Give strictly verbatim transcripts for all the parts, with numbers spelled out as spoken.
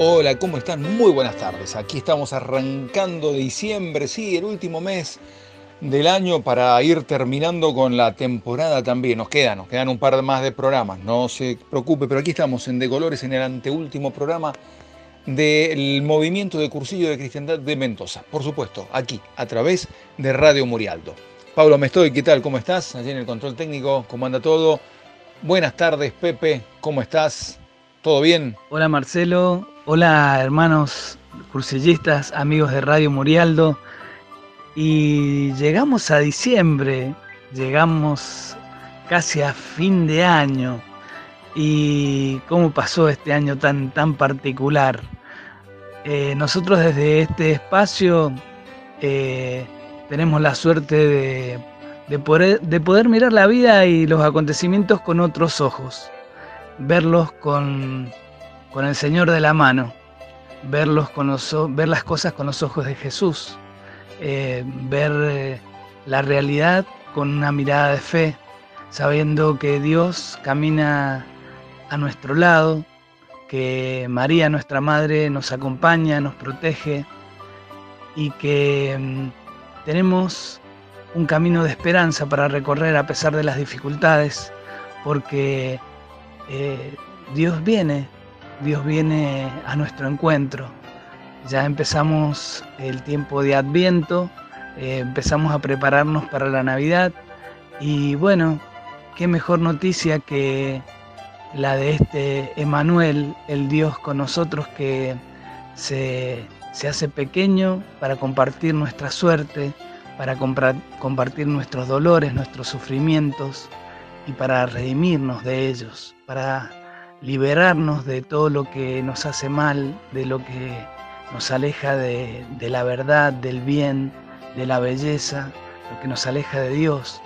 Hola, ¿cómo están? Muy buenas tardes. Aquí estamos arrancando diciembre, sí, el último mes del año para ir terminando con la temporada también. Nos quedan, nos quedan un par más de programas, no se preocupe, pero aquí estamos en De Colores, en el anteúltimo programa del movimiento de cursillo de cristiandad de Mendoza. Por supuesto, aquí, a través de Radio Murialdo. Pablo Mestoy, ¿qué tal? ¿Cómo estás? Allí en el control técnico, ¿cómo anda todo? Buenas tardes, Pepe, ¿cómo estás? ¿Todo bien? Hola Marcelo, hola hermanos cursillistas, amigos de Radio Murialdo. Y llegamos a diciembre, llegamos casi a fin de año. Y cómo pasó este año tan, tan particular. Eh, nosotros desde este espacio eh, tenemos la suerte de, de, poder, de poder mirar la vida y los acontecimientos con otros ojos. Verlos con, con el Señor de la mano, verlos con los, ver las cosas con los ojos de Jesús, eh, ver eh, la realidad con una mirada de fe, sabiendo que Dios camina a nuestro lado, que María, nuestra Madre, nos acompaña, nos protege y que mm, tenemos un camino de esperanza para recorrer a pesar de las dificultades, porque Eh, Dios viene, Dios viene a nuestro encuentro. Ya empezamos el tiempo de Adviento, eh, empezamos a prepararnos para la Navidad y bueno, qué mejor noticia que la de este Emmanuel, el Dios con nosotros que se, se hace pequeño para compartir nuestra suerte, para compra, compartir nuestros dolores, nuestros sufrimientos y para redimirnos de ellos, para liberarnos de todo lo que nos hace mal, de lo que nos aleja de, de la verdad, del bien, de la belleza, lo que nos aleja de Dios,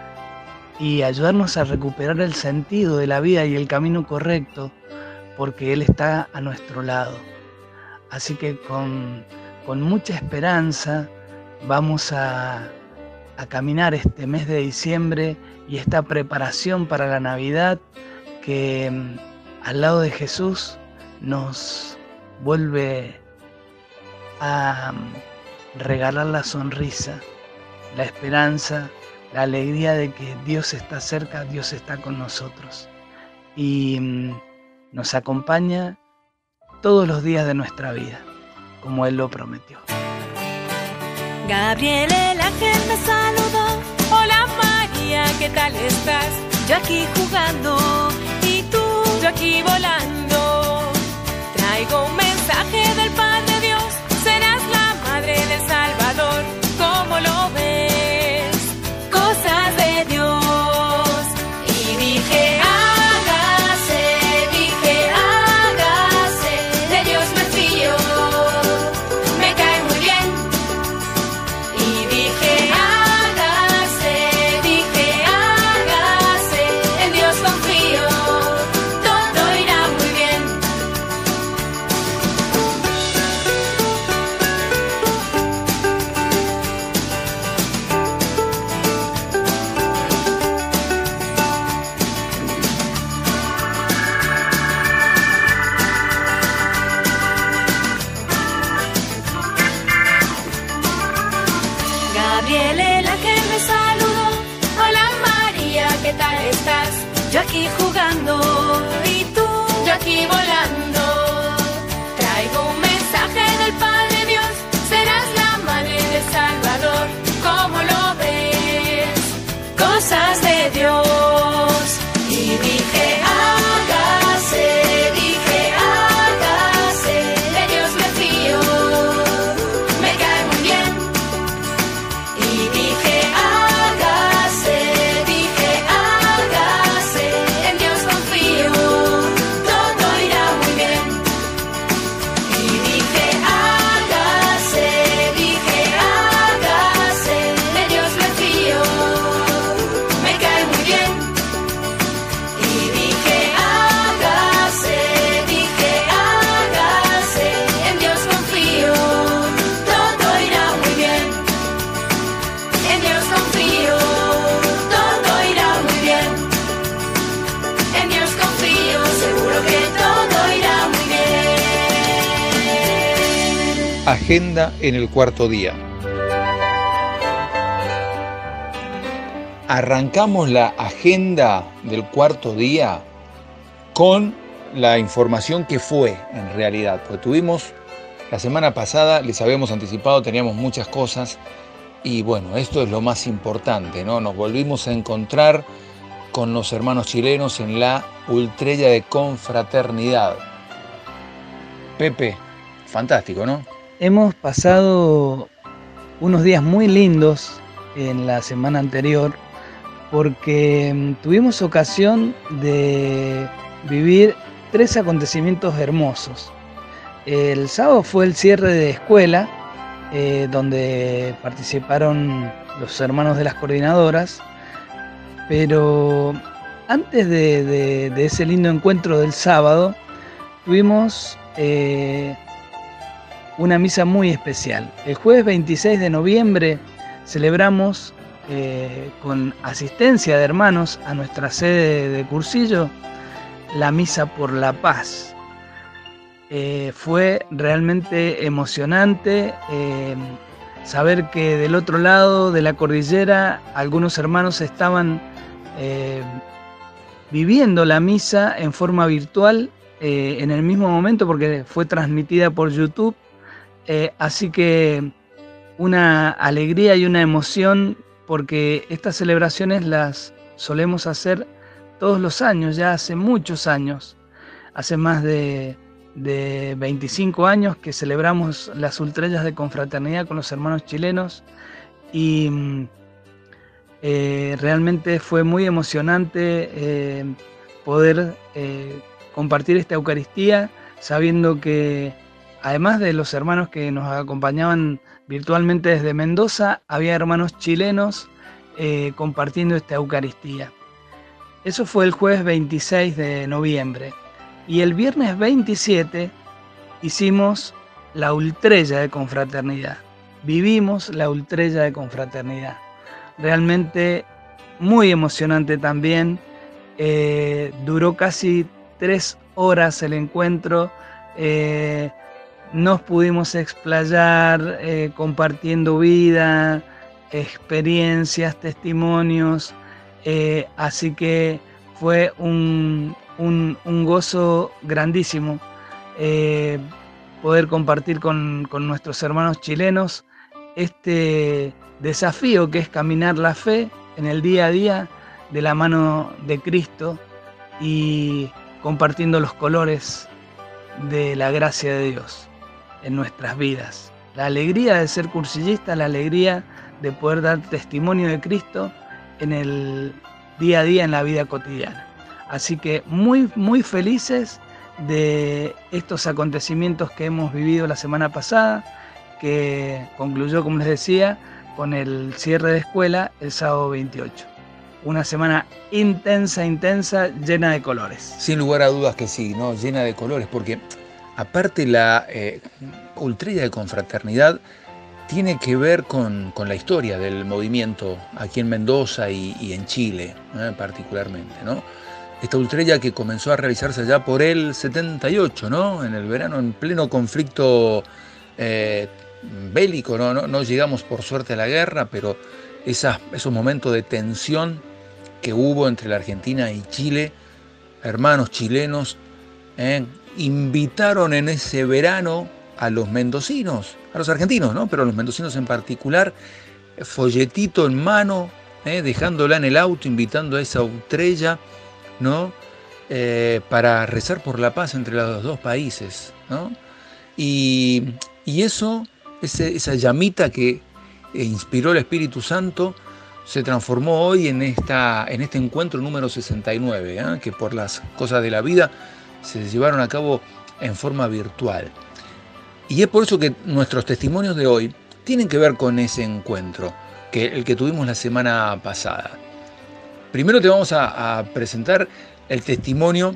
y ayudarnos a recuperar el sentido de la vida y el camino correcto, porque Él está a nuestro lado. Así que con, con mucha esperanza vamos a, a caminar este mes de diciembre y esta preparación para la Navidad que al lado de Jesús nos vuelve a regalar la sonrisa, la esperanza, la alegría de que Dios está cerca, Dios está con nosotros y nos acompaña todos los días de nuestra vida, como Él lo prometió. Gabriel, el ángel me saludó. Hola María, ¿qué tal estás? Yo aquí jugando y tú, yo aquí volando. Traigo un mensaje del Padre Dios. Serás la madre del Salvador. ¿Cómo lo ves? Cosas de Dios. Y dije, hágase, dije, hágase. De Dios me fío, me cae muy bien. Y dije, hágase, dije, hágase. En Dios confío, todo irá muy bien. Gabriel, el ángel me saludó. Hola María, ¿qué tal estás? Yo aquí jugando y tú, yo aquí volando. Traigo un mensaje del Padre Dios. Serás la madre del Salvador. ¿Cómo lo ves? Cosas de Dios. Y dije, hágase, dije, hágase. De Dios me fío, me cae muy bien. Y dije, hágase, dije, hágase. En Dios confío, todo irá muy bien. Agenda en el cuarto día. Arrancamos la agenda del cuarto día con la información que fue en realidad, porque tuvimos la semana pasada, les habíamos anticipado, teníamos muchas cosas y bueno, esto es lo más importante, ¿no? Nos volvimos a encontrar con los hermanos chilenos en la Ultrella de Confraternidad. Pepe, fantástico, ¿no? Hemos pasado unos días muy lindos en la semana anterior porque tuvimos ocasión de vivir tres acontecimientos hermosos. El sábado fue el cierre de escuela, eh, donde participaron los hermanos de las coordinadoras, pero antes de, de, de ese lindo encuentro del sábado, tuvimos eh, una misa muy especial. El jueves veintiséis de noviembre celebramos eh, con asistencia de hermanos a nuestra sede de Cursillo la misa por la paz. Eh, fue realmente emocionante eh, saber que del otro lado de la cordillera algunos hermanos estaban eh, viviendo la misa en forma virtual eh, en el mismo momento porque fue transmitida por YouTube. Eh, así que una alegría y una emoción porque estas celebraciones las solemos hacer todos los años, ya hace muchos años, hace más de, de veinticinco años que celebramos las Ultrellas de Confraternidad con los hermanos chilenos y eh, realmente fue muy emocionante eh, poder eh, compartir esta Eucaristía sabiendo que además de los hermanos que nos acompañaban virtualmente desde Mendoza, había hermanos chilenos eh, compartiendo esta Eucaristía. Eso fue el jueves veintiséis de noviembre. Y el viernes veintisiete hicimos la Ultrella de Confraternidad. Vivimos la Ultrella de Confraternidad. Realmente muy emocionante también. Eh, duró casi tres horas el encuentro. Eh, nos pudimos explayar eh, compartiendo vida, experiencias, testimonios. Eh, así que fue un, un, un gozo grandísimo eh, poder compartir con, con nuestros hermanos chilenos este desafío que es caminar la fe en el día a día de la mano de Cristo y compartiendo los colores de la gracia de Dios en nuestras vidas. La alegría de ser cursillista, la alegría de poder dar testimonio de Cristo en el día a día, en la vida cotidiana. Así que muy, muy felices de estos acontecimientos que hemos vivido la semana pasada, que concluyó, como les decía, con el cierre de escuela el sábado veintiocho. Una semana intensa, intensa, llena de colores. Sin lugar a dudas que sí, ¿no? Llena de colores, porque aparte la eh, Ultrella de Confraternidad tiene que ver con, con la historia del movimiento aquí en Mendoza y, y en Chile, ¿eh? particularmente, ¿no? Esta Ultrella que comenzó a realizarse ya por el setenta y ocho, ¿no? En el verano, en pleno conflicto eh, bélico, ¿no? No, no llegamos por suerte a la guerra, pero esas, esos momentos de tensión que hubo entre la Argentina y Chile, hermanos chilenos, ¿eh? invitaron en ese verano a los mendocinos, a los argentinos, ¿no? Pero a los mendocinos en particular, folletito en mano, ¿eh? dejándola en el auto, invitando a esa Ultrella, ¿no? Eh, para rezar por la paz entre los dos países, ¿no? Y, y eso, ese, esa llamita que inspiró el Espíritu Santo, se transformó hoy en, esta, en este encuentro número sesenta y nueve, ¿eh? que por las cosas de la vida se llevaron a cabo en forma virtual. Y es por eso que nuestros testimonios de hoy tienen que ver con ese encuentro, que el que tuvimos la semana pasada. Primero te vamos a, a presentar el testimonio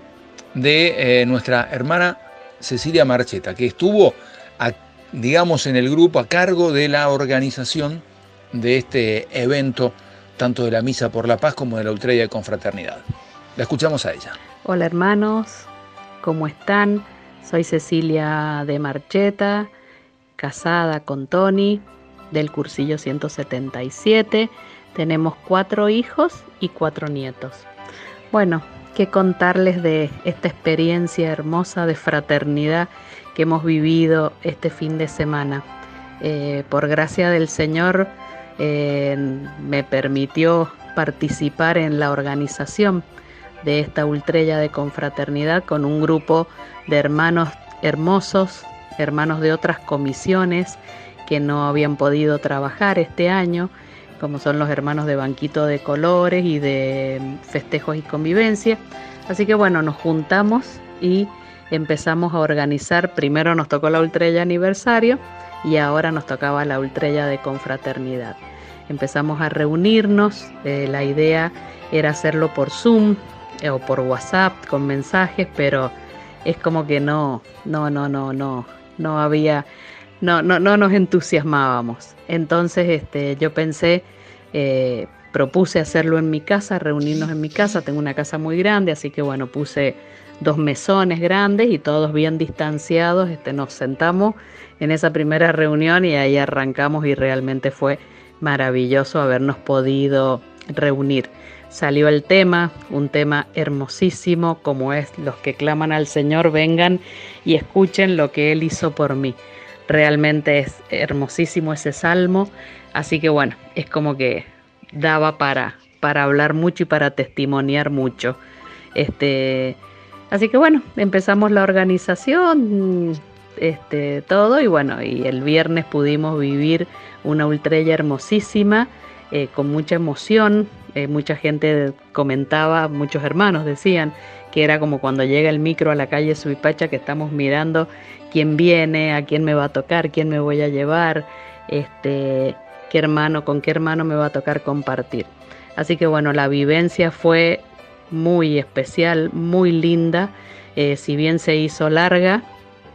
de eh, nuestra hermana Cecilia Marcheta, que estuvo, a, digamos, en el grupo a cargo de la organización de este evento, tanto de la Misa por la Paz como de la Ultrella de Confraternidad. La escuchamos a ella. Hola hermanos, ¿cómo están? Soy Cecilia de Marcheta, casada con Tony, del cursillo ciento setenta y siete. Tenemos cuatro hijos y cuatro nietos. Bueno, qué contarles de esta experiencia hermosa de fraternidad que hemos vivido este fin de semana. Eh, por gracia del Señor eh, me permitió participar en la organización de esta ultrella de confraternidad con un grupo de hermanos hermosos, hermanos de otras comisiones que no habían podido trabajar este año, como son los hermanos de Banquito de Colores y de Festejos y Convivencia. Así que bueno, nos juntamos y empezamos a organizar. Primero nos tocó la ultrella aniversario y ahora nos tocaba la ultrella de confraternidad. Empezamos a reunirnos, eh, la idea era hacerlo por Zoom eh, o por WhatsApp con mensajes, pero es como que no, no, no, no, no, no había, no, no, no nos entusiasmábamos. Entonces este, yo pensé, eh, propuse hacerlo en mi casa, reunirnos en mi casa. Tengo una casa muy grande, así que bueno, puse dos mesones grandes y todos bien distanciados. Este, nos sentamos en esa primera reunión y ahí arrancamos y realmente fue maravilloso habernos podido reunir. Salió el tema, un tema hermosísimo, como es: los que claman al Señor, vengan y escuchen lo que Él hizo por mí. Realmente es hermosísimo ese salmo, así que bueno, es como que daba para, para hablar mucho y para testimoniar mucho. Este, así que bueno, empezamos la organización, este, todo, y bueno, y el viernes pudimos vivir una ultrella hermosísima, eh, con mucha emoción. Eh, mucha gente comentaba, muchos hermanos decían que era como cuando llega el micro a la calle Suipacha, que estamos mirando quién viene, a quién me va a tocar, quién me voy a llevar, este, qué hermano, con qué hermano me va a tocar compartir. Así que bueno, la vivencia fue muy especial, muy linda. Eh, si bien se hizo larga,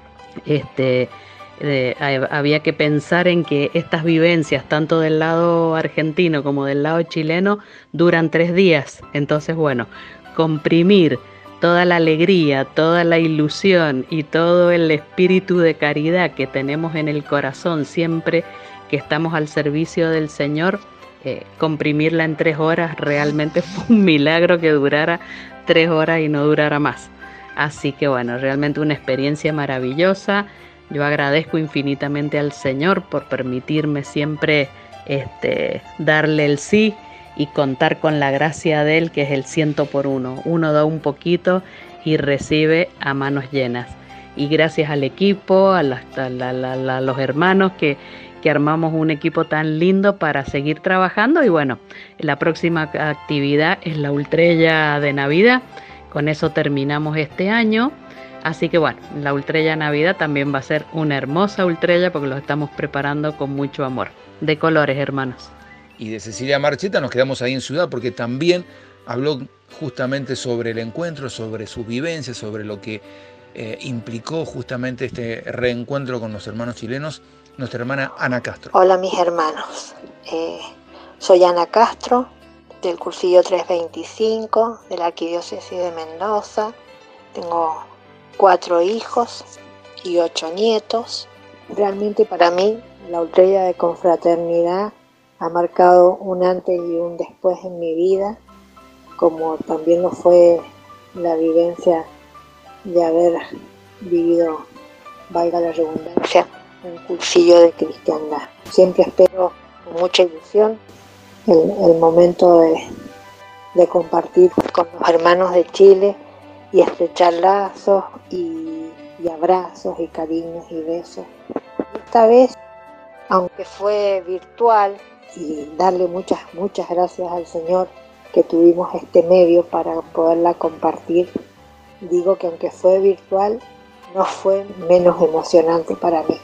este, eh, había que pensar en que estas vivencias, tanto del lado argentino como del lado chileno, duran tres días. Entonces, bueno, comprimir toda la alegría, toda la ilusión y todo el espíritu de caridad que tenemos en el corazón siempre que estamos al servicio del Señor, eh, comprimirla en tres horas realmente fue un milagro que durara tres horas y no durara más. Así que bueno, realmente una experiencia maravillosa. Yo agradezco infinitamente al Señor por permitirme siempre este, darle el sí y contar con la gracia de Él, que es el ciento por uno. Uno da un poquito y recibe a manos llenas. Y gracias al equipo, a, las, a, la, la, la, a los hermanos que, que armamos un equipo tan lindo para seguir trabajando. Y bueno, la próxima actividad es la ultrella de Navidad. Con eso terminamos este año. Así que bueno, la ultrella Navidad también va a ser una hermosa ultrella porque lo estamos preparando con mucho amor. De colores, hermanos. Y de Cecilia Marcheta nos quedamos ahí en Ciudad porque también habló justamente sobre el encuentro, sobre sus vivencias, sobre lo que eh, implicó justamente este reencuentro con los hermanos chilenos, nuestra hermana Ana Castro. Hola mis hermanos, eh, soy Ana Castro, del cursillo trescientos veinticinco, de la Arquidiócesis de Mendoza. Tengo cuatro hijos y ocho nietos. Realmente para mí la ultrella de confraternidad ha marcado un antes y un después en mi vida, como también lo fue la vivencia de haber vivido, valga la redundancia, un cursillo de cristiandad. Siempre espero con mucha ilusión el, el momento de, de compartir con los hermanos de Chile y estrechar lazos y, y abrazos y cariños y besos. Esta vez, aunque fue virtual, y darle muchas, muchas gracias al Señor que tuvimos este medio para poderla compartir, digo que aunque fue virtual, no fue menos emocionante para mí.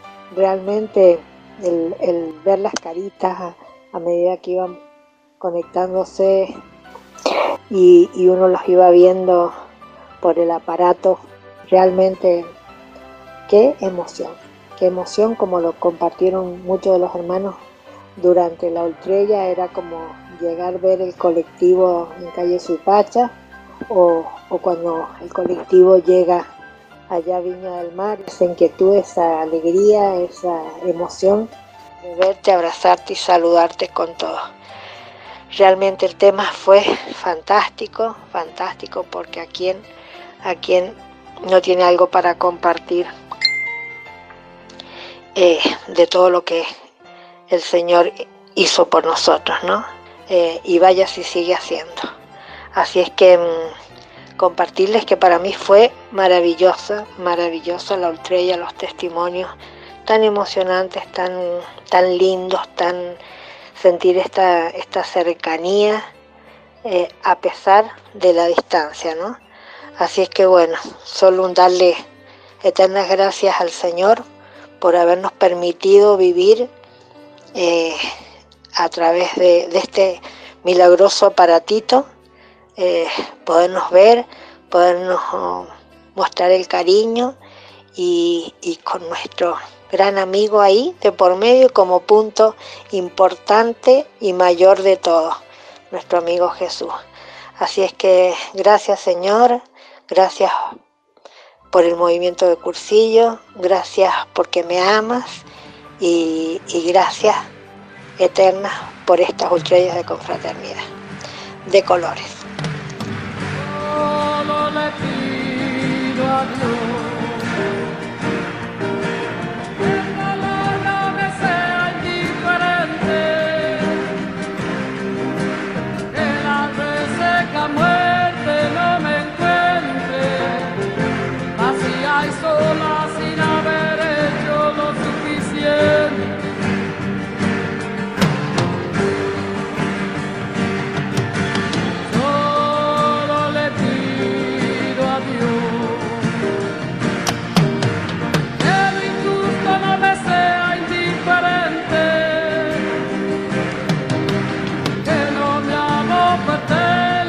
Realmente el, el ver las caritas a, a medida que iban conectándose y, y uno los iba viendo por el aparato, realmente qué emoción, qué emoción, como lo compartieron muchos de los hermanos durante la ultrella. Era como llegar a ver el colectivo en calle Suipacha o, o cuando el colectivo llega allá a Viña del Mar, esa inquietud, esa alegría, esa emoción de verte, abrazarte y saludarte con todo. Realmente el tema fue fantástico, fantástico, porque a quien, a quien no tiene algo para compartir eh, de todo lo que el Señor hizo por nosotros, ¿no? Eh, y vaya si sigue haciendo. Así es que mmm, compartirles que para mí fue maravillosa, maravillosa la ultrella, los testimonios tan emocionantes, tan, tan lindos, tan sentir esta, esta cercanía eh, a pesar de la distancia, ¿no? Así es que bueno, solo un darle eternas gracias al Señor por habernos permitido vivir eh, a través de, de este milagroso aparatito, eh, podernos ver, podernos oh, mostrar el cariño y, y con nuestro gran amigo ahí de por medio como punto importante y mayor de todo, nuestro amigo Jesús. Así es que gracias Señor, gracias por el movimiento de Cursillo, gracias porque me amas y, y gracias eternas por estas ultrellas de confraternidad, de colores. Solo le pido a Dios muerte no me encuentre vacía y sola sin haber hecho lo suficiente. Solo le pido a Dios que lo injusto no me sea indiferente, que no me hago perder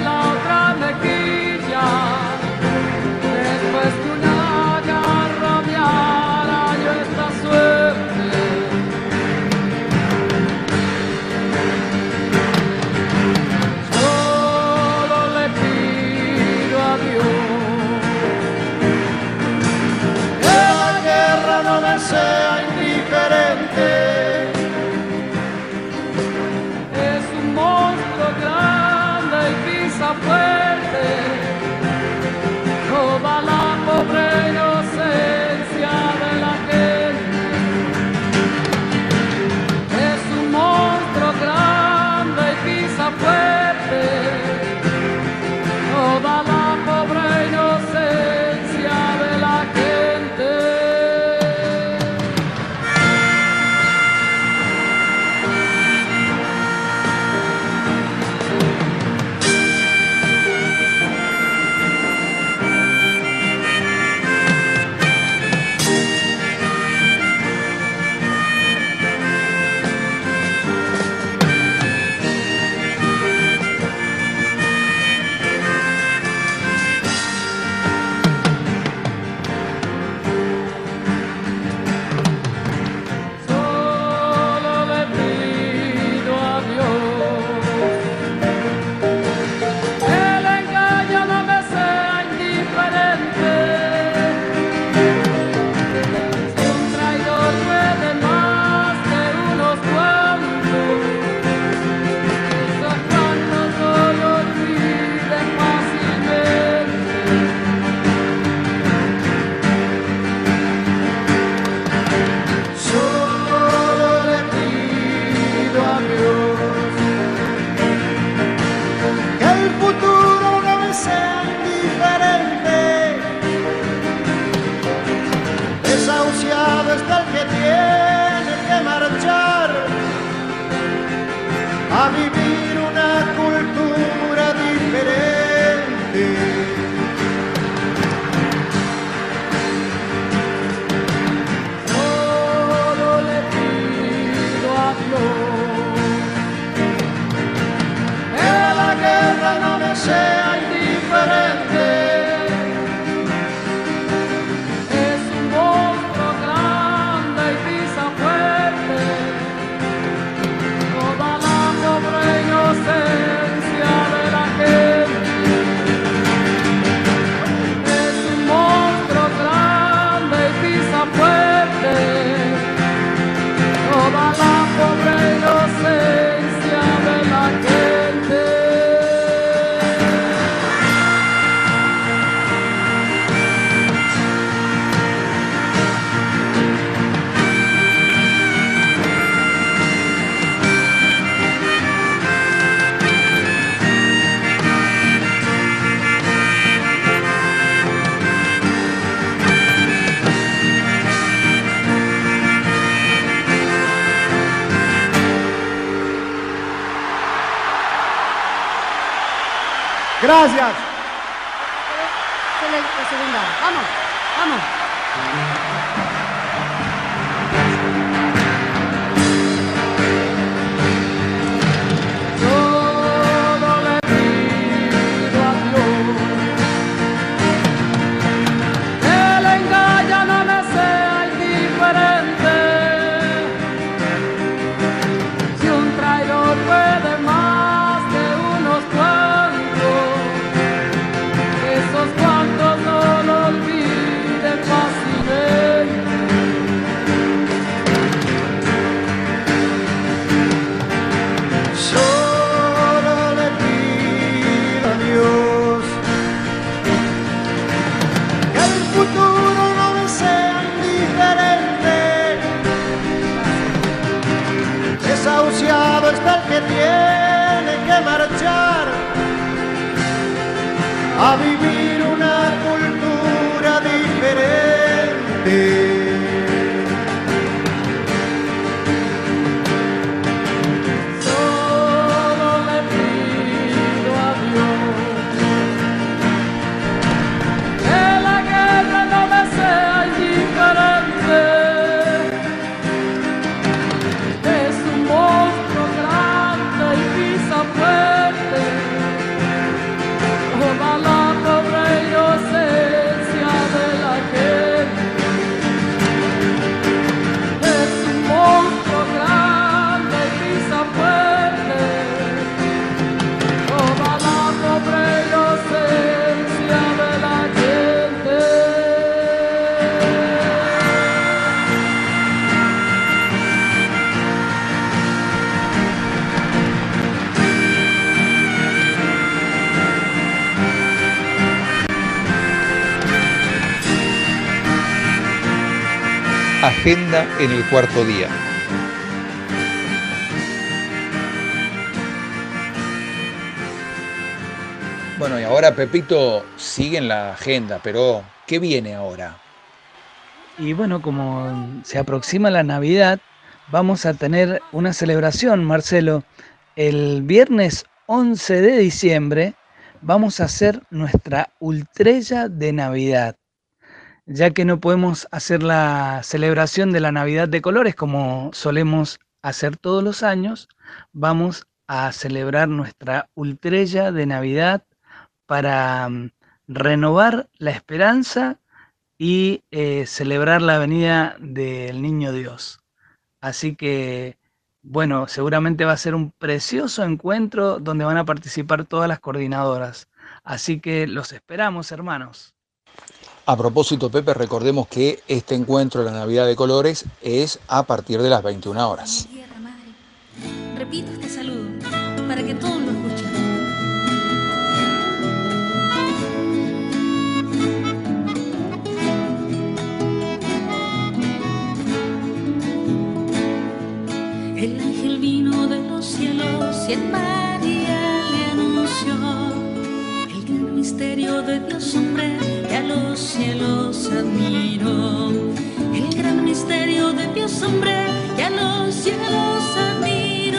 sea indiferente. Es un monstruo grande y pisa fuerte toda la pobre inocencia de la gente. Es un monstruo grande y pisa fuerte toda la pobre inocencia de la gente. A vivir una cultura diferente. Solo le pido a Dios que la guerra no me sea indiferente. Es un monstruo grande y pisa fuerte toda la pobre inocencia Gracias. Segunda. Vamos, vamos. A vivir una cultura diferente. Solo le pido a Dios que la guerra no me sea indiferente. Es un monstruo grande y pisa fuerte. Toda la pobre inocencia de la gente. Es un monstruo grande y pisa fuerte. Toda la pobre inocencia de la gente. Agenda en el cuarto día. Bueno, y ahora, Pepito, sigue en la agenda, pero ¿qué viene ahora? Y bueno, como se aproxima la Navidad, vamos a tener una celebración, Marcelo. El viernes once de diciembre vamos a hacer nuestra ultrella de Navidad. Ya que no podemos hacer la celebración de la Navidad de colores como solemos hacer todos los años, vamos a celebrar nuestra ultrella de Navidad para um, renovar la esperanza y eh, celebrar la venida del Niño Dios. Así que, bueno, seguramente va a ser un precioso encuentro donde van a participar todas las coordinadoras. Así que los esperamos, hermanos. A propósito, Pepe, recordemos que este encuentro de la Navidad de Colores es a partir de las veintiuna horas. Tierra, madre. Repito este saludo para que todos lo escuchen. El ángel vino de los cielos y en María le anunció el gran misterio de Dios hombre que a los cielos admiró. El gran misterio de Dios hombre que a los cielos admiró.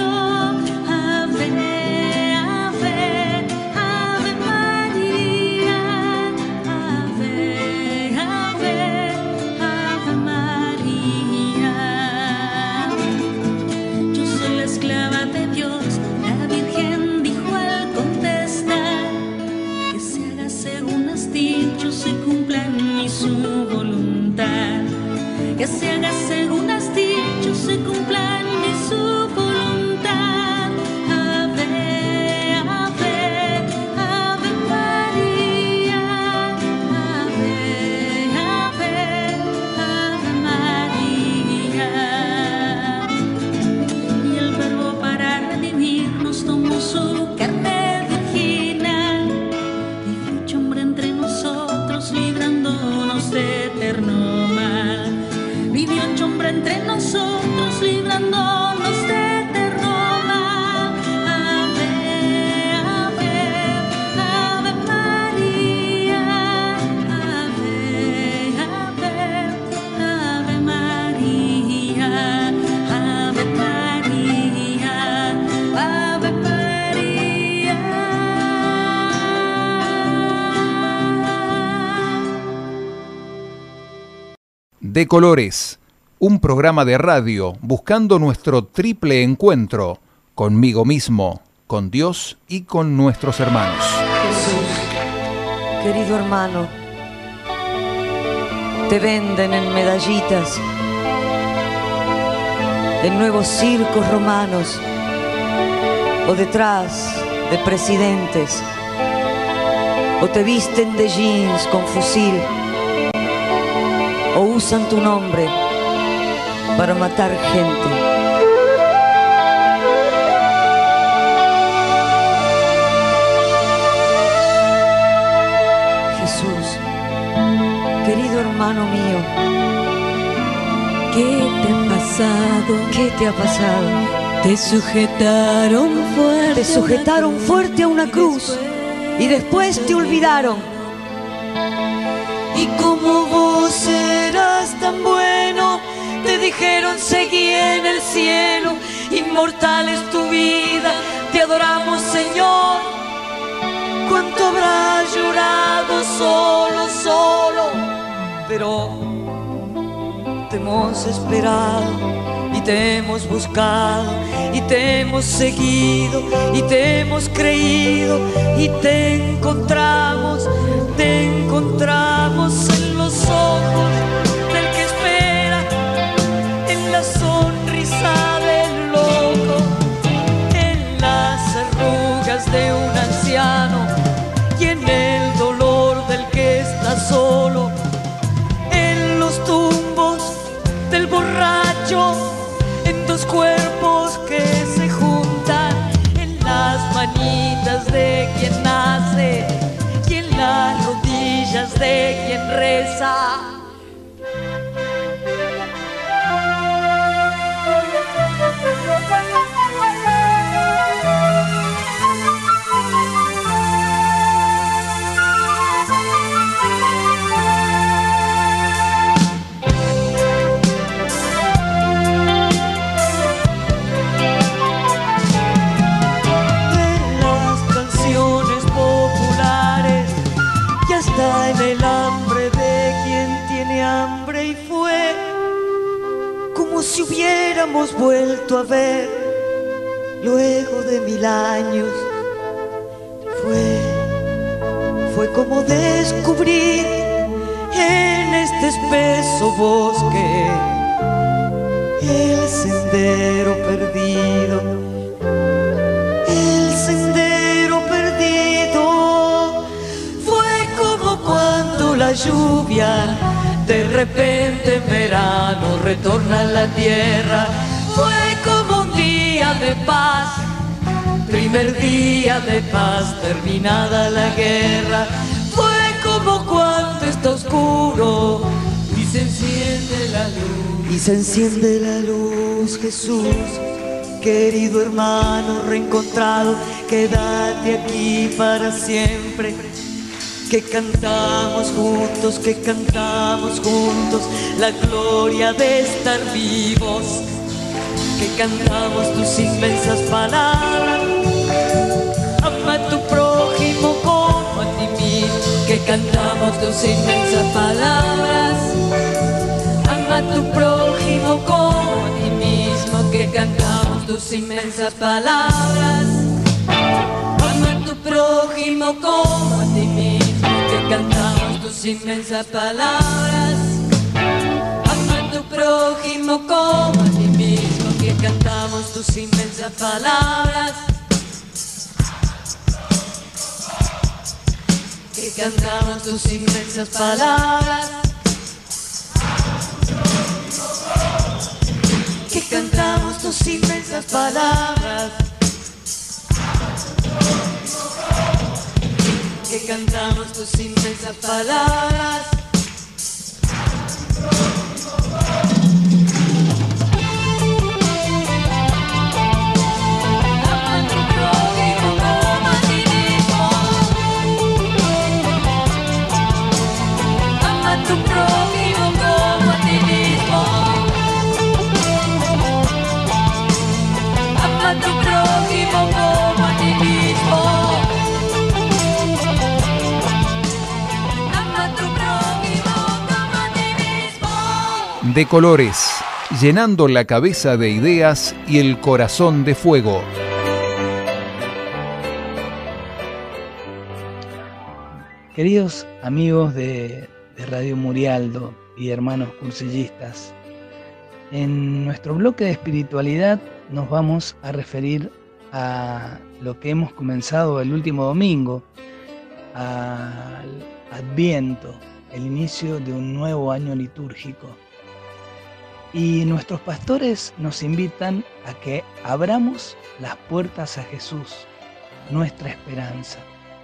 Ave, ave, ave María. Ave, ave, ave María. Yo soy la esclava de Dios, la Virgen dijo al contestar que se haga según has dicho, se cumpla en mí su voluntad. Que se haga según has dicho, se cumpla en mí su voluntad. Ave, ave, ave María. Ave, ave, ave María. Y el verbo para redimirnos tomó su carne virginal y fue hecho hombre entre nosotros, librándonos de eterno mal. Vivió hecho hombre entre nosotros, librándonos de eterno mal. Ave, ave, ave María. Ave, ave, ave María. Ave María. Ave María. de colores, un programa de radio buscando nuestro triple encuentro conmigo mismo, con Dios y con nuestros hermanos. Jesús, querido hermano, te venden en medallitas, en nuevos circos romanos o detrás de presidentes, o te visten de jeans con fusil, o usan tu nombre para matar gente. Jesús, querido hermano mío, ¿qué te ha pasado? ¿Qué te ha pasado? Te sujetaron fuerte. Te sujetaron fuerte a una cruz y después te olvidaron. Y como vos eras tan bueno, te dijeron seguí en el cielo. Inmortal es tu vida, te adoramos, Señor. Cuánto habrá llorado solo, solo, pero te hemos esperado y te hemos buscado y te hemos seguido y te hemos creído y te encontramos, te encontramos en los ojos del que espera, en la sonrisa del loco, en las arrugas de un anciano y en el dolor del que está solo, en los tumbos del borracho, en dos cuerpos que se juntan, en las manitas de quien nace y en las rodillas de quien reza. En el hambre de quien tiene hambre y fue como si hubiéramos vuelto a ver luego de mil años. Fue, fue como descubrir en este espeso bosque el sendero perdido, el sendero perdido. Cuando la lluvia de repente en verano retorna a la tierra, fue como un día de paz, primer día de paz, terminada la guerra. Fue como cuando está oscuro y se enciende la luz, y se enciende la luz. Jesús, querido hermano reencontrado, quédate aquí para siempre. Que cantamos juntos, que cantamos juntos la gloria de estar vivos. Que cantamos tus inmensas palabras, ama a tu prójimo como a ti mismo. Que cantamos tus inmensas palabras, ama a tu prójimo como a ti mismo. Que cantamos tus inmensas palabras, ama a tu prójimo como a ti mismo. Que cantamos tus inmensas palabras, ama a tu prójimo como a ti mismo. Que cantamos tus inmensas palabras, que cantamos tus inmensas palabras, que cantamos tus inmensas palabras, que cantamos tus inmensas palabras. Ama a tu prójimo como a ti mismo. Ama a tu prójimo como a ti mismo. Ama a tu prójimo como a ti mismo. Ama a tu prójimo. de colores, llenando la cabeza de ideas y el corazón de fuego. Queridos amigos de, de Radio Murialdo y hermanos cursillistas, en nuestro bloque de espiritualidad nos vamos a referir a lo que hemos comenzado el último domingo, al Adviento, el inicio de un nuevo año litúrgico. Y nuestros pastores nos invitan a que abramos las puertas a Jesús, nuestra esperanza.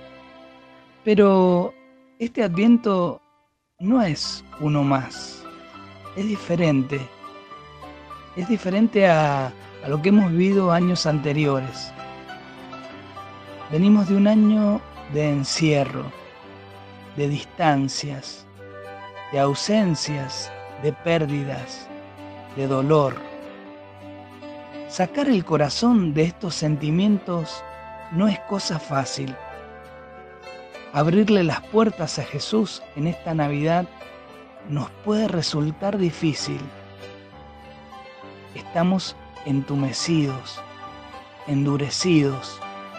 Pero este Adviento no es uno más, es diferente. Es diferente a, a lo que hemos vivido años anteriores. Venimos de un año de encierro, de distancias, de ausencias, de pérdidas, de dolor. Sacar el corazón de estos sentimientos no es cosa fácil. Abrirle las puertas a Jesús en esta Navidad nos puede resultar difícil. Estamos entumecidos, endurecidos.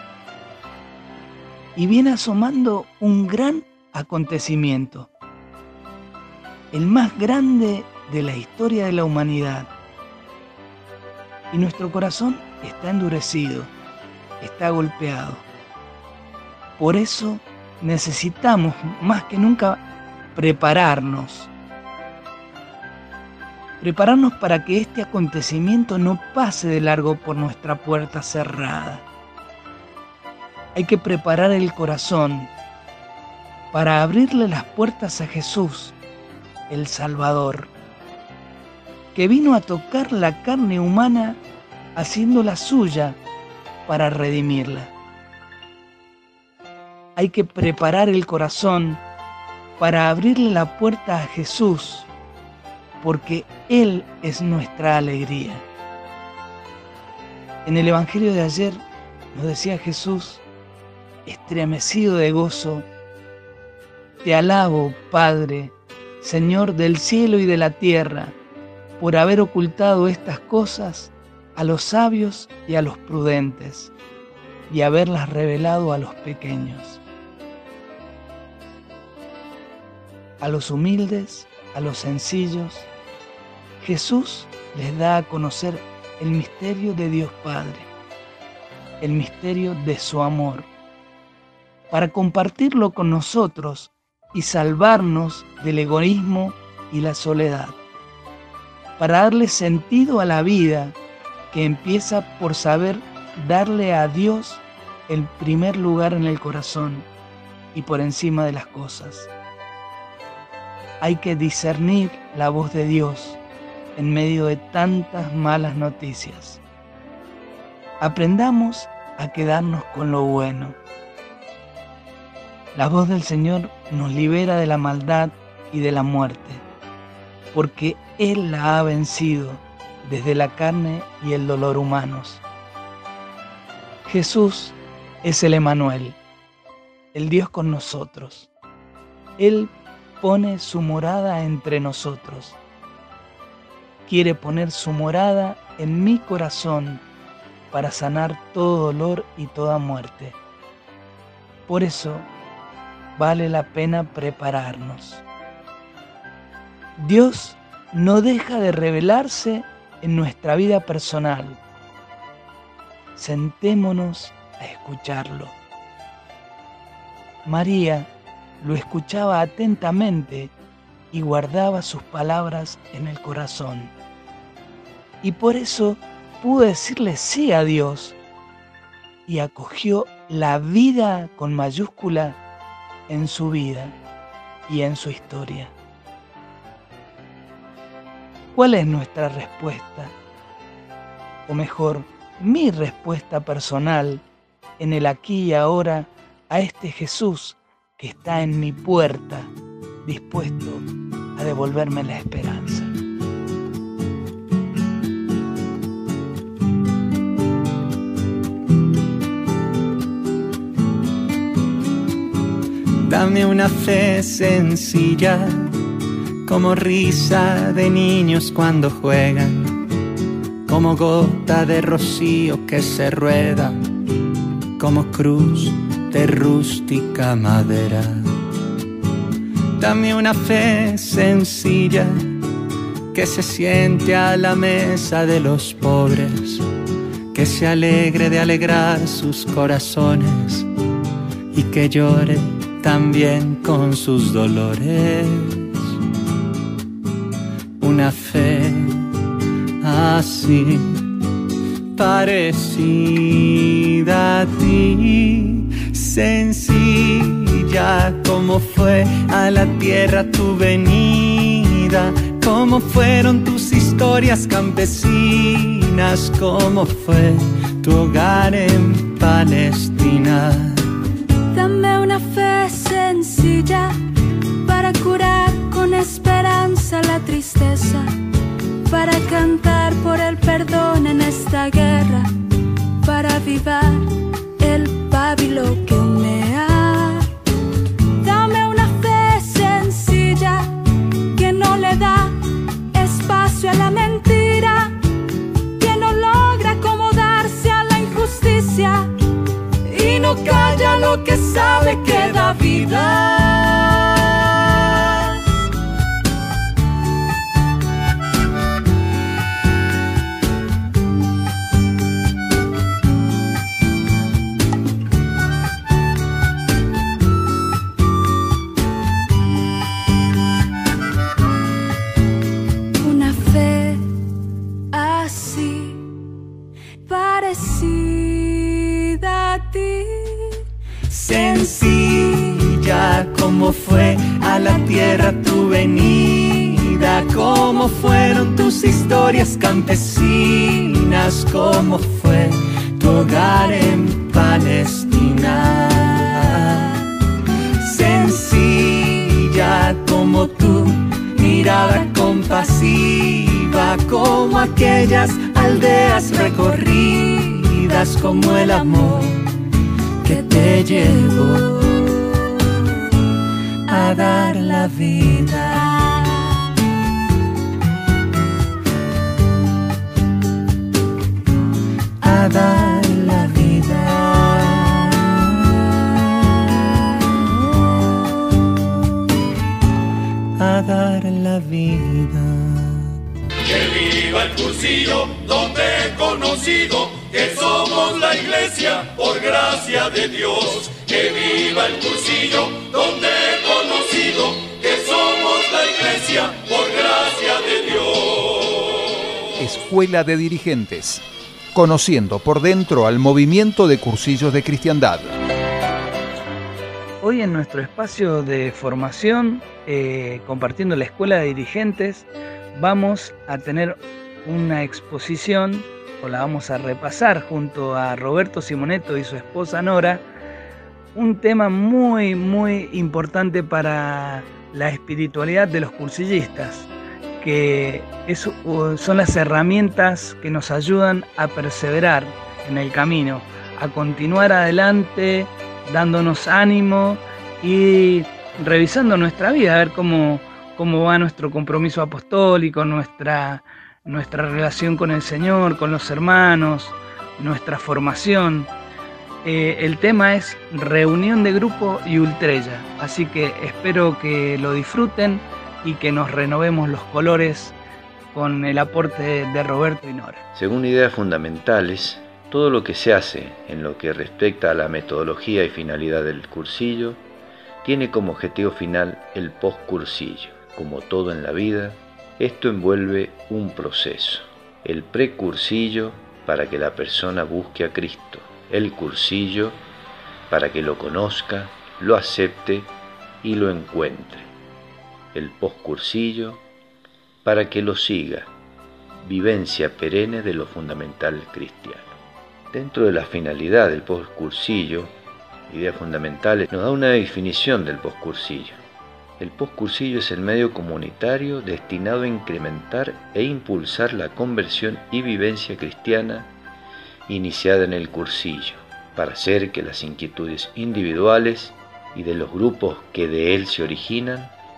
Y viene asomando un gran acontecimiento, el más grande de la historia de la humanidad. Y nuestro corazón está endurecido, está golpeado. Por eso necesitamos más que nunca prepararnos. Prepararnos para que este acontecimiento no pase de largo por nuestra puerta cerrada. Hay que preparar el corazón para abrirle las puertas a Jesús, el Salvador, que vino a tocar la carne humana haciéndola suya para redimirla. Hay que preparar el corazón para abrirle la puerta a Jesús, porque Él es nuestra alegría. En el Evangelio de ayer nos decía Jesús, estremecido de gozo, te alabo, Padre, Señor del cielo y de la tierra, por haber ocultado estas cosas a los sabios y a los prudentes, y haberlas revelado a los pequeños. A los humildes, a los sencillos, Jesús les da a conocer el misterio de Dios Padre, el misterio de su amor, para compartirlo con nosotros y salvarnos del egoísmo y la soledad, para darle sentido a la vida que empieza por saber darle a Dios el primer lugar en el corazón y por encima de las cosas. Hay que discernir la voz de Dios en medio de tantas malas noticias. Aprendamos a quedarnos con lo bueno. La voz del Señor nos libera de la maldad y de la muerte, porque Él la ha vencido desde la carne y el dolor humanos. Jesús es el Emmanuel, el Dios con nosotros. Él pone su morada entre nosotros. Quiere poner su morada en mi corazón para sanar todo dolor y toda muerte. Por eso vale la pena prepararnos. Dios no deja de revelarse en nuestra vida personal. Sentémonos a escucharlo. María lo escuchaba atentamente y guardaba sus palabras en el corazón. Y por eso pudo decirle sí a Dios y acogió la vida con mayúscula en su vida y en su historia. ¿Cuál es nuestra respuesta? O mejor, mi respuesta personal en el aquí y ahora a este Jesús que está en mi puerta, dispuesto a devolverme la esperanza. Dame una fe sencilla como risa de niños cuando juegan, como gota de rocío que se rueda, como cruz de rústica madera. Dame una fe sencilla que se siente a la mesa de los pobres, que se alegre de alegrar sus corazones y que llore también con sus dolores. Una fe así, parecida a ti, sencilla como fue a la tierra tu venida, como fueron tus historias campesinas, como fue tu hogar en Palestina. Dame una fe sencilla para curar con esperanza la tristeza, para cantar por el perdón en esta guerra, para avivar el pábilo que humea. Dame una fe sencilla que no le da espacio a la mentira, que no logra acomodarse a la injusticia y no calla lo que sabe que da vida. Sencilla como fue a la tierra tu venida, como fueron tus historias campesinas, como fue tu hogar en Palestina. Sencilla como tu mirada compasiva, como aquellas aldeas recorridas, como el amor que te llevó a dar la vida. A dar la vida. A dar la vida. Que viva el Cursillo, donde he conocido que somos la iglesia por gracia de Dios. Que viva el Cursillo, donde he conocido que somos la iglesia por gracia de Dios. Escuela de Dirigentes, conociendo por dentro al movimiento de cursillos de cristiandad. Hoy en nuestro espacio de formación, eh, compartiendo la Escuela de Dirigentes, vamos a tener una exposición, o la vamos a repasar junto a Roberto Simoneto y su esposa Nora, un tema muy muy importante para la espiritualidad de los cursillistas, que es, son las herramientas que nos ayudan a perseverar en el camino, a continuar adelante, dándonos ánimo y revisando nuestra vida, a ver cómo, cómo va nuestro compromiso apostólico, nuestra, nuestra relación con el Señor, con los hermanos, nuestra formación. Eh, el tema es reunión de grupo y ultrella, así que espero que lo disfruten y que nos renovemos los colores con el aporte de, de Roberto y Nora. Según ideas fundamentales, todo lo que se hace en lo que respecta a la metodología y finalidad del cursillo tiene como objetivo final el postcursillo. Como todo en la vida, esto envuelve un proceso: el precursillo para que la persona busque a Cristo, el cursillo para que lo conozca, lo acepte y lo encuentre, el postcursillo para que lo siga, vivencia perenne de lo fundamental cristiano. Dentro de la finalidad del postcursillo, ideas fundamentales nos da una definición del postcursillo. El postcursillo es el medio comunitario destinado a incrementar e impulsar la conversión y vivencia cristiana iniciada en el cursillo, para hacer que las inquietudes individuales y de los grupos que de él se originan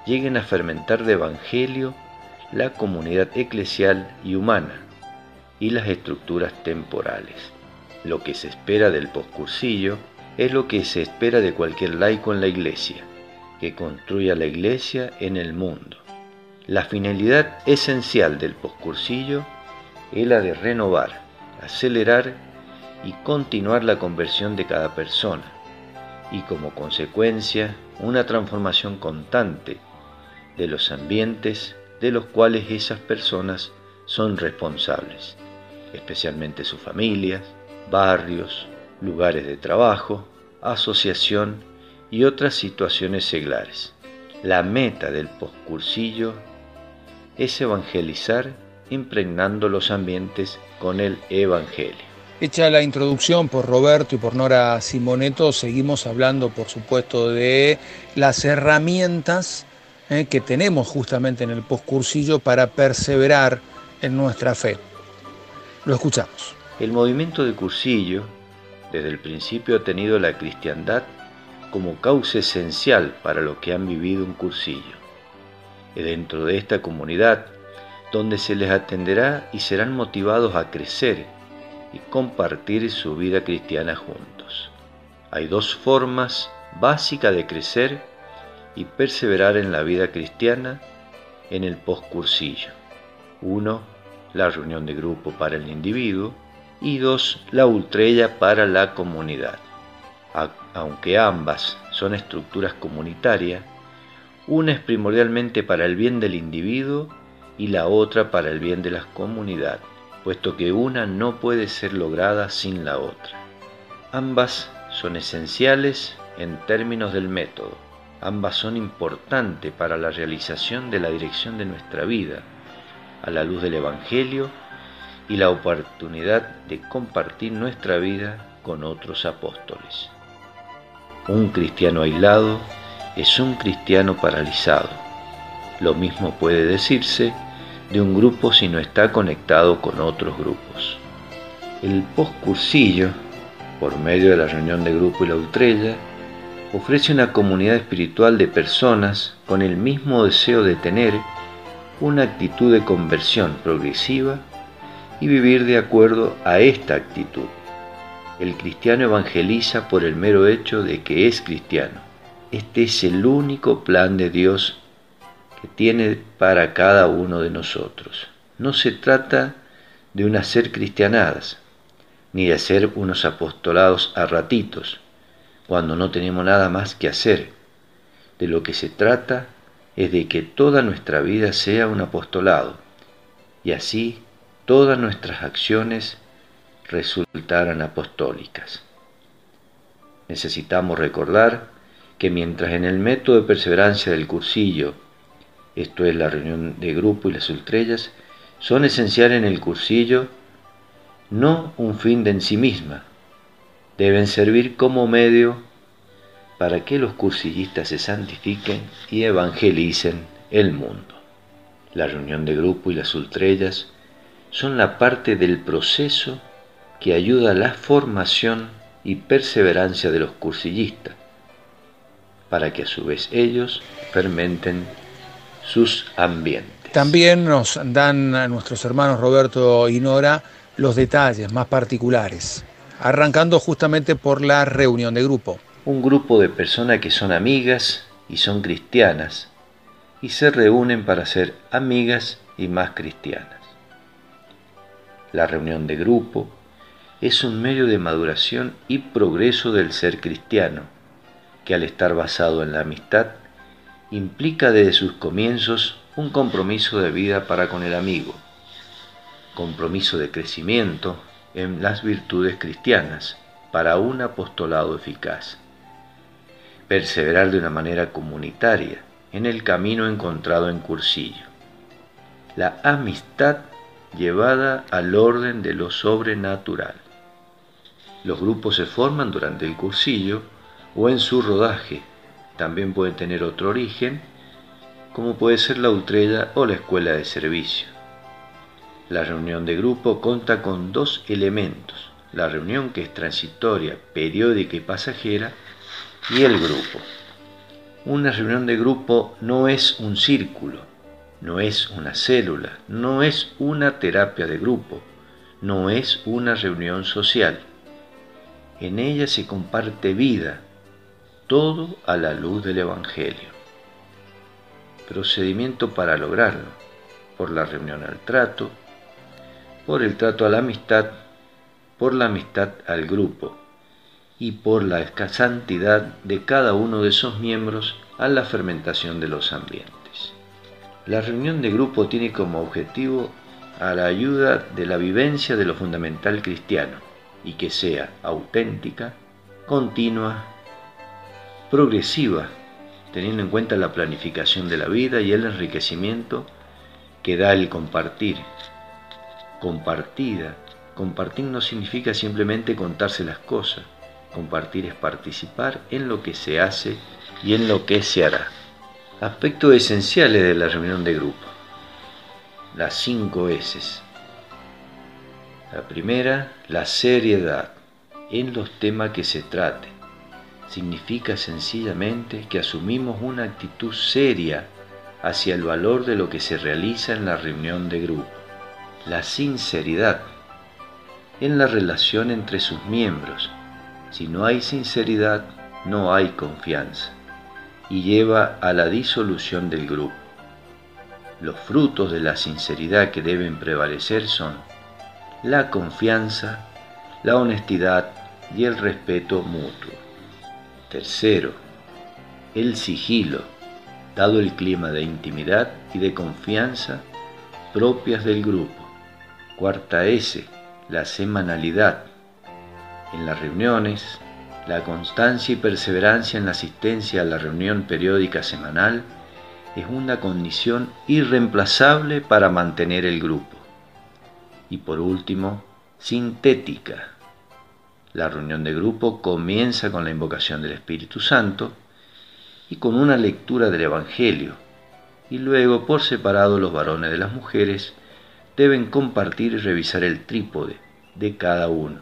lleguen a fermentar de evangelio la comunidad eclesial y humana y las estructuras temporales. Lo que se espera del poscursillo es lo que se espera de cualquier laico en la Iglesia, que construya la Iglesia en el mundo. La finalidad esencial del poscursillo es la de renovar, acelerar y continuar la conversión de cada persona, y como consecuencia una transformación constante de los ambientes de los cuales esas personas son responsables, especialmente sus familias, barrios, lugares de trabajo, asociación y otras situaciones seglares. La meta del poscursillo es evangelizar impregnando los ambientes con el Evangelio. Hecha la introducción por Roberto y por Nora Simoneto, seguimos hablando, por supuesto, de las herramientas eh, que tenemos justamente en el poscursillo para perseverar en nuestra fe. Lo escuchamos. El movimiento de cursillo, desde el principio, ha tenido la cristiandad como causa esencial para los que han vivido un cursillo. Es dentro de esta comunidad donde se les atenderá y serán motivados a crecer y compartir su vida cristiana juntos. Hay dos formas básicas de crecer y perseverar en la vida cristiana en el poscursillo. Uno, la reunión de grupo para el individuo, y dos, la ultrella para la comunidad. Aunque ambas son estructuras comunitarias, una es primordialmente para el bien del individuo y la otra para el bien de la comunidad, puesto que una no puede ser lograda sin la otra. Ambas son esenciales en términos del método. Ambas son importantes para la realización de la dirección de nuestra vida, a la luz del Evangelio y la oportunidad de compartir nuestra vida con otros apóstoles. Un cristiano aislado es un cristiano paralizado. Lo mismo puede decirse de un grupo si no está conectado con otros grupos. El poscursillo, por medio de la reunión de grupo y la ultrella, ofrece una comunidad espiritual de personas con el mismo deseo de tener una actitud de conversión progresiva y vivir de acuerdo a esta actitud. El cristiano evangeliza por el mero hecho de que es cristiano. Este es el único plan de Dios que tiene para cada uno de nosotros. No se trata de un hacer cristianadas, ni de hacer unos apostolados a ratitos, cuando no tenemos nada más que hacer. De lo que se trata es de que toda nuestra vida sea un apostolado, y así todas nuestras acciones resultaran apostólicas. Necesitamos recordar que mientras en el método de perseverancia del cursillo, esto es la reunión de grupo y las ultrellas, son esenciales en el cursillo, no un fin de en sí misma, deben servir como medio para que los cursillistas se santifiquen y evangelicen el mundo. La reunión de grupo y las ultrellas son la parte del proceso que ayuda a la formación y perseverancia de los cursillistas, para que a su vez ellos fermenten sus ambientes. También nos dan a nuestros hermanos Roberto y Nora los detalles más particulares, arrancando justamente por la reunión de grupo. Un grupo de personas que son amigas y son cristianas y se reúnen para ser amigas y más cristianas. La reunión de grupo es un medio de maduración y progreso del ser cristiano, que al estar basado en la amistad, implica desde sus comienzos un compromiso de vida para con el amigo, compromiso de crecimiento en las virtudes cristianas para un apostolado eficaz, perseverar de una manera comunitaria en el camino encontrado en cursillo, la amistad llevada al orden de lo sobrenatural. Los grupos se forman durante el cursillo o en su rodaje. También pueden tener otro origen, como puede ser la ultrella o la escuela de servicio. La reunión de grupo cuenta con dos elementos: la reunión, que es transitoria, periódica y pasajera, y el grupo. Una reunión de grupo no es un círculo, no es una célula, no es una terapia de grupo, no es una reunión social. En ella se comparte vida, todo a la luz del Evangelio. Procedimiento para lograrlo: por la reunión al trato, por el trato a la amistad, por la amistad al grupo y por la santidad de cada uno de esos miembros a la fermentación de los ambientes. La reunión de grupo tiene como objetivo a la ayuda de la vivencia de lo fundamental cristiano y que sea auténtica, continua, progresiva, teniendo en cuenta la planificación de la vida y el enriquecimiento que da el compartir. Compartida. Compartir no significa simplemente contarse las cosas. Compartir es participar en lo que se hace y en lo que se hará. Aspectos esenciales de la reunión de grupo. Las cinco eses. La primera, la seriedad en los temas que se traten. Significa sencillamente que asumimos una actitud seria hacia el valor de lo que se realiza en la reunión de grupo. La sinceridad en la relación entre sus miembros. Si no hay sinceridad, no hay confianza y lleva a la disolución del grupo. Los frutos de la sinceridad que deben prevalecer son la confianza, la honestidad y el respeto mutuo. Tercero, el sigilo, dado el clima de intimidad y de confianza propias del grupo. Cuarta S, la semanalidad. En las reuniones, la constancia y perseverancia en la asistencia a la reunión periódica semanal es una condición irreemplazable para mantener el grupo. Y por último, sintética. La reunión de grupo comienza con la invocación del Espíritu Santo y con una lectura del Evangelio, y luego por separado los varones de las mujeres deben compartir y revisar el trípode de cada uno.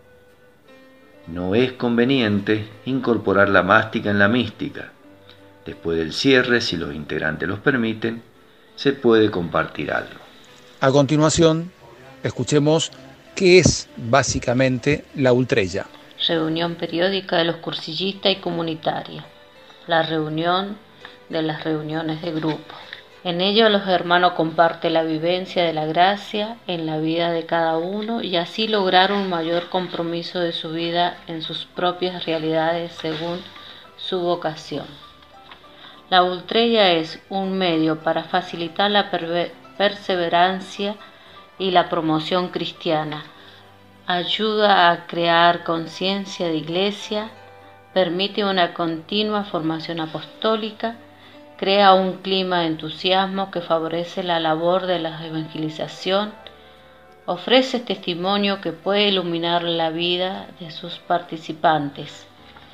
No es conveniente incorporar la mástica en la mística. Después del cierre, si los integrantes los permiten, se puede compartir algo. A continuación, escuchemos qué es básicamente la ultrella. Reunión periódica de los cursillistas y comunitaria. La reunión de las reuniones de grupo. En ello los hermanos comparten la vivencia de la gracia en la vida de cada uno y así lograr un mayor compromiso de su vida en sus propias realidades según su vocación. La ultrella es un medio para facilitar la perseverancia y la promoción cristiana. Ayuda a crear conciencia de iglesia, permite una continua formación apostólica, crea un clima de entusiasmo que favorece la labor de la evangelización, ofrece testimonio que puede iluminar la vida de sus participantes.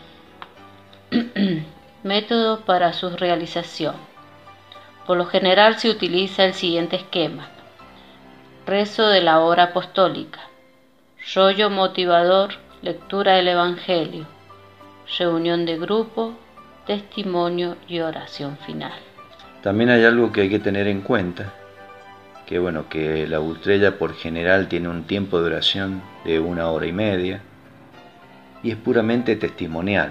Método para su realización. Por lo general se utiliza el siguiente esquema: rezo de la hora apostólica, rollo motivador, lectura del Evangelio, reunión de grupo, testimonio y oración final. También hay algo que hay que tener en cuenta, que bueno, que la ultrella por general tiene un tiempo de oración de una hora y media y es puramente testimonial.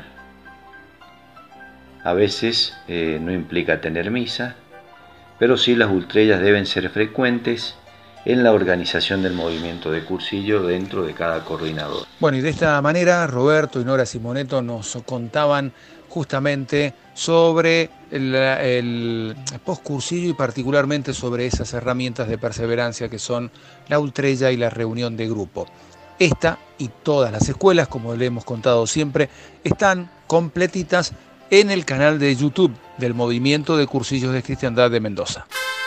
A veces eh, no implica tener misa, pero sí las ultrellas deben ser frecuentes en la organización del movimiento de cursillo dentro de cada coordinador. Bueno, y de esta manera Roberto y Nora Simoneto nos contaban justamente sobre el, el postcursillo y particularmente sobre esas herramientas de perseverancia que son la ultrella y la reunión de grupo. Esta y todas las escuelas, como le hemos contado siempre, están completitas en el canal de YouTube del Movimiento de Cursillos de Cristiandad de Mendoza.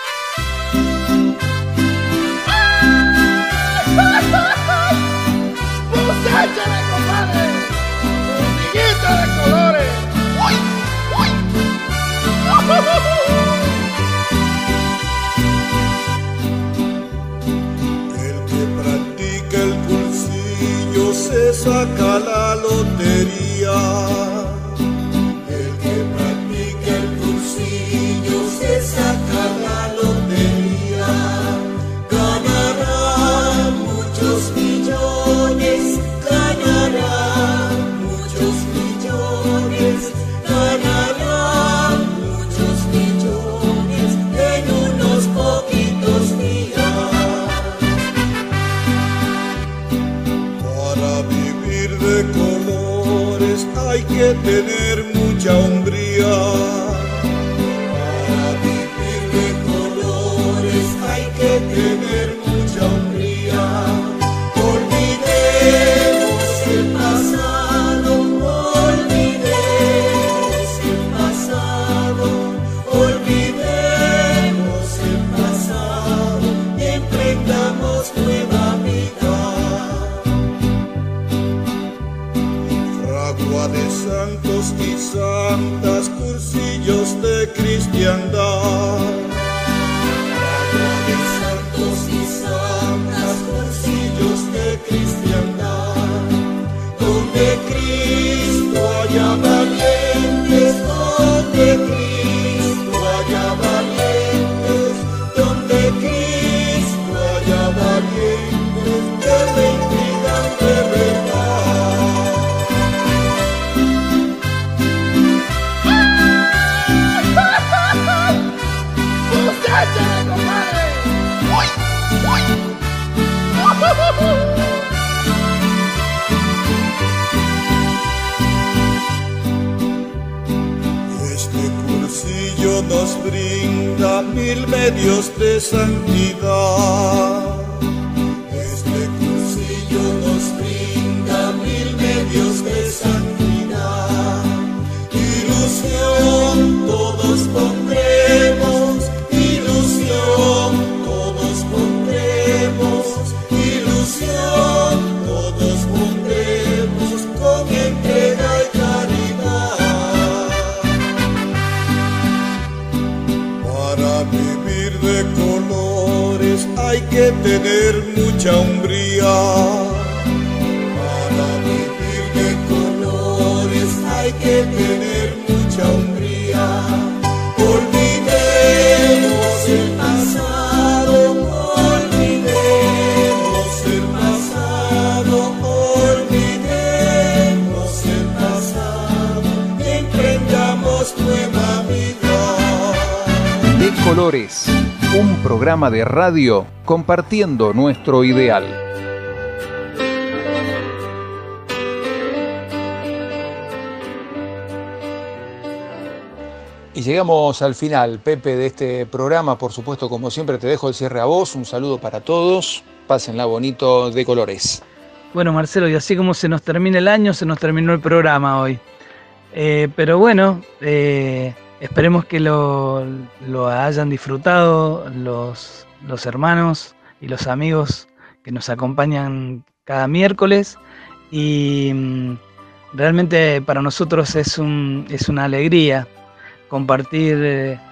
¡Muchachos, compadre! ¡Hormiguita de colores! ¡Uy! ¡Uy! El que practica el cursillo se saca la lotería. El que practica colores hay que tener mucha hombría. Para vivir de colores hay que tener mucha hombría. Olvidemos el pasado, olvidemos el pasado, olvidemos el pasado y emprendamos nueva vida. Fragua de santos y santas, cursillos de cristiandad. Fragua de santos y santas, cursillos de cristiandad. Donde Cristo haya valientes, donde Cristo haya valientes, donde Cristo haya valientes, que bendigan de verdad. ¡Muchachos, compadre! ¡Uy! ¡Uy! Este cursillo nos brinda mil medios de santidad. Este cursillo nos brinda mil medios de santidad. Ilusión todos pondremos, ilusión todos pondremos, ilusión todos pondremos con entrega y caridad. Para vivir de colores hay que tener mucha hombría. Para vivir de colores hay que tener mucha hombría. Olvidemos el pasado, olvidemos el pasado, olvidemos el pasado y emprendamos nueva vida. De Colores, un programa de radio compartiendo nuestro ideal. Y llegamos al final, Pepe, de este programa. Por supuesto, como siempre, te dejo el cierre a vos. Un saludo para todos. Pásenla bonito de Colores. Bueno, Marcelo, y así como se nos termina el año, se nos terminó el programa hoy. Eh, pero bueno, eh, esperemos que lo, lo hayan disfrutado los, los hermanos y los amigos que nos acompañan cada miércoles. Y mm, realmente para nosotros es, un, es una alegría compartir eh,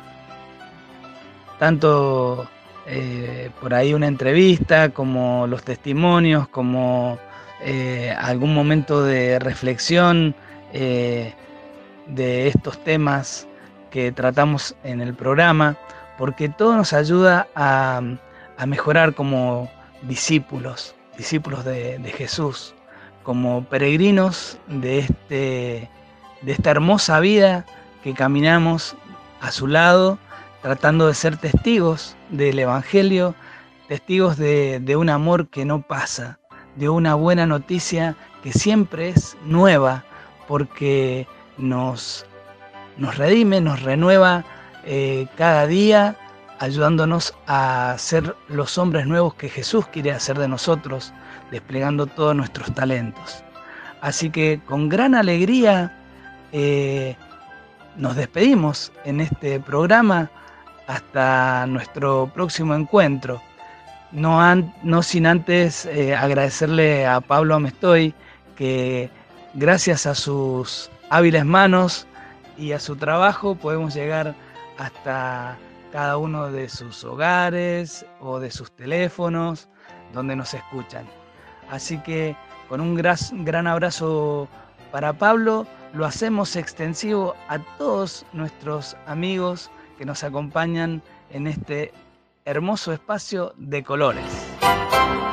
tanto eh, por ahí una entrevista, como los testimonios, como eh, algún momento de reflexión eh, de estos temas que tratamos en el programa, porque todo nos ayuda a, a mejorar como discípulos, discípulos de, de Jesús, como peregrinos de, este, de esta hermosa vida que caminamos a su lado, tratando de ser testigos del Evangelio, testigos de, de un amor que no pasa, de una buena noticia que siempre es nueva, porque nos, nos redime, nos renueva eh, cada día, ayudándonos a ser los hombres nuevos que Jesús quiere hacer de nosotros, desplegando todos nuestros talentos. Así que con gran alegría eh, nos despedimos en este programa hasta nuestro próximo encuentro. No, an, no sin antes eh, agradecerle a Pablo Amestoy, que gracias a sus hábiles manos y a su trabajo podemos llegar hasta cada uno de sus hogares o de sus teléfonos donde nos escuchan. Así que con un gran, gran abrazo para Pablo, lo hacemos extensivo a todos nuestros amigos que nos acompañan en este hermoso espacio de colores.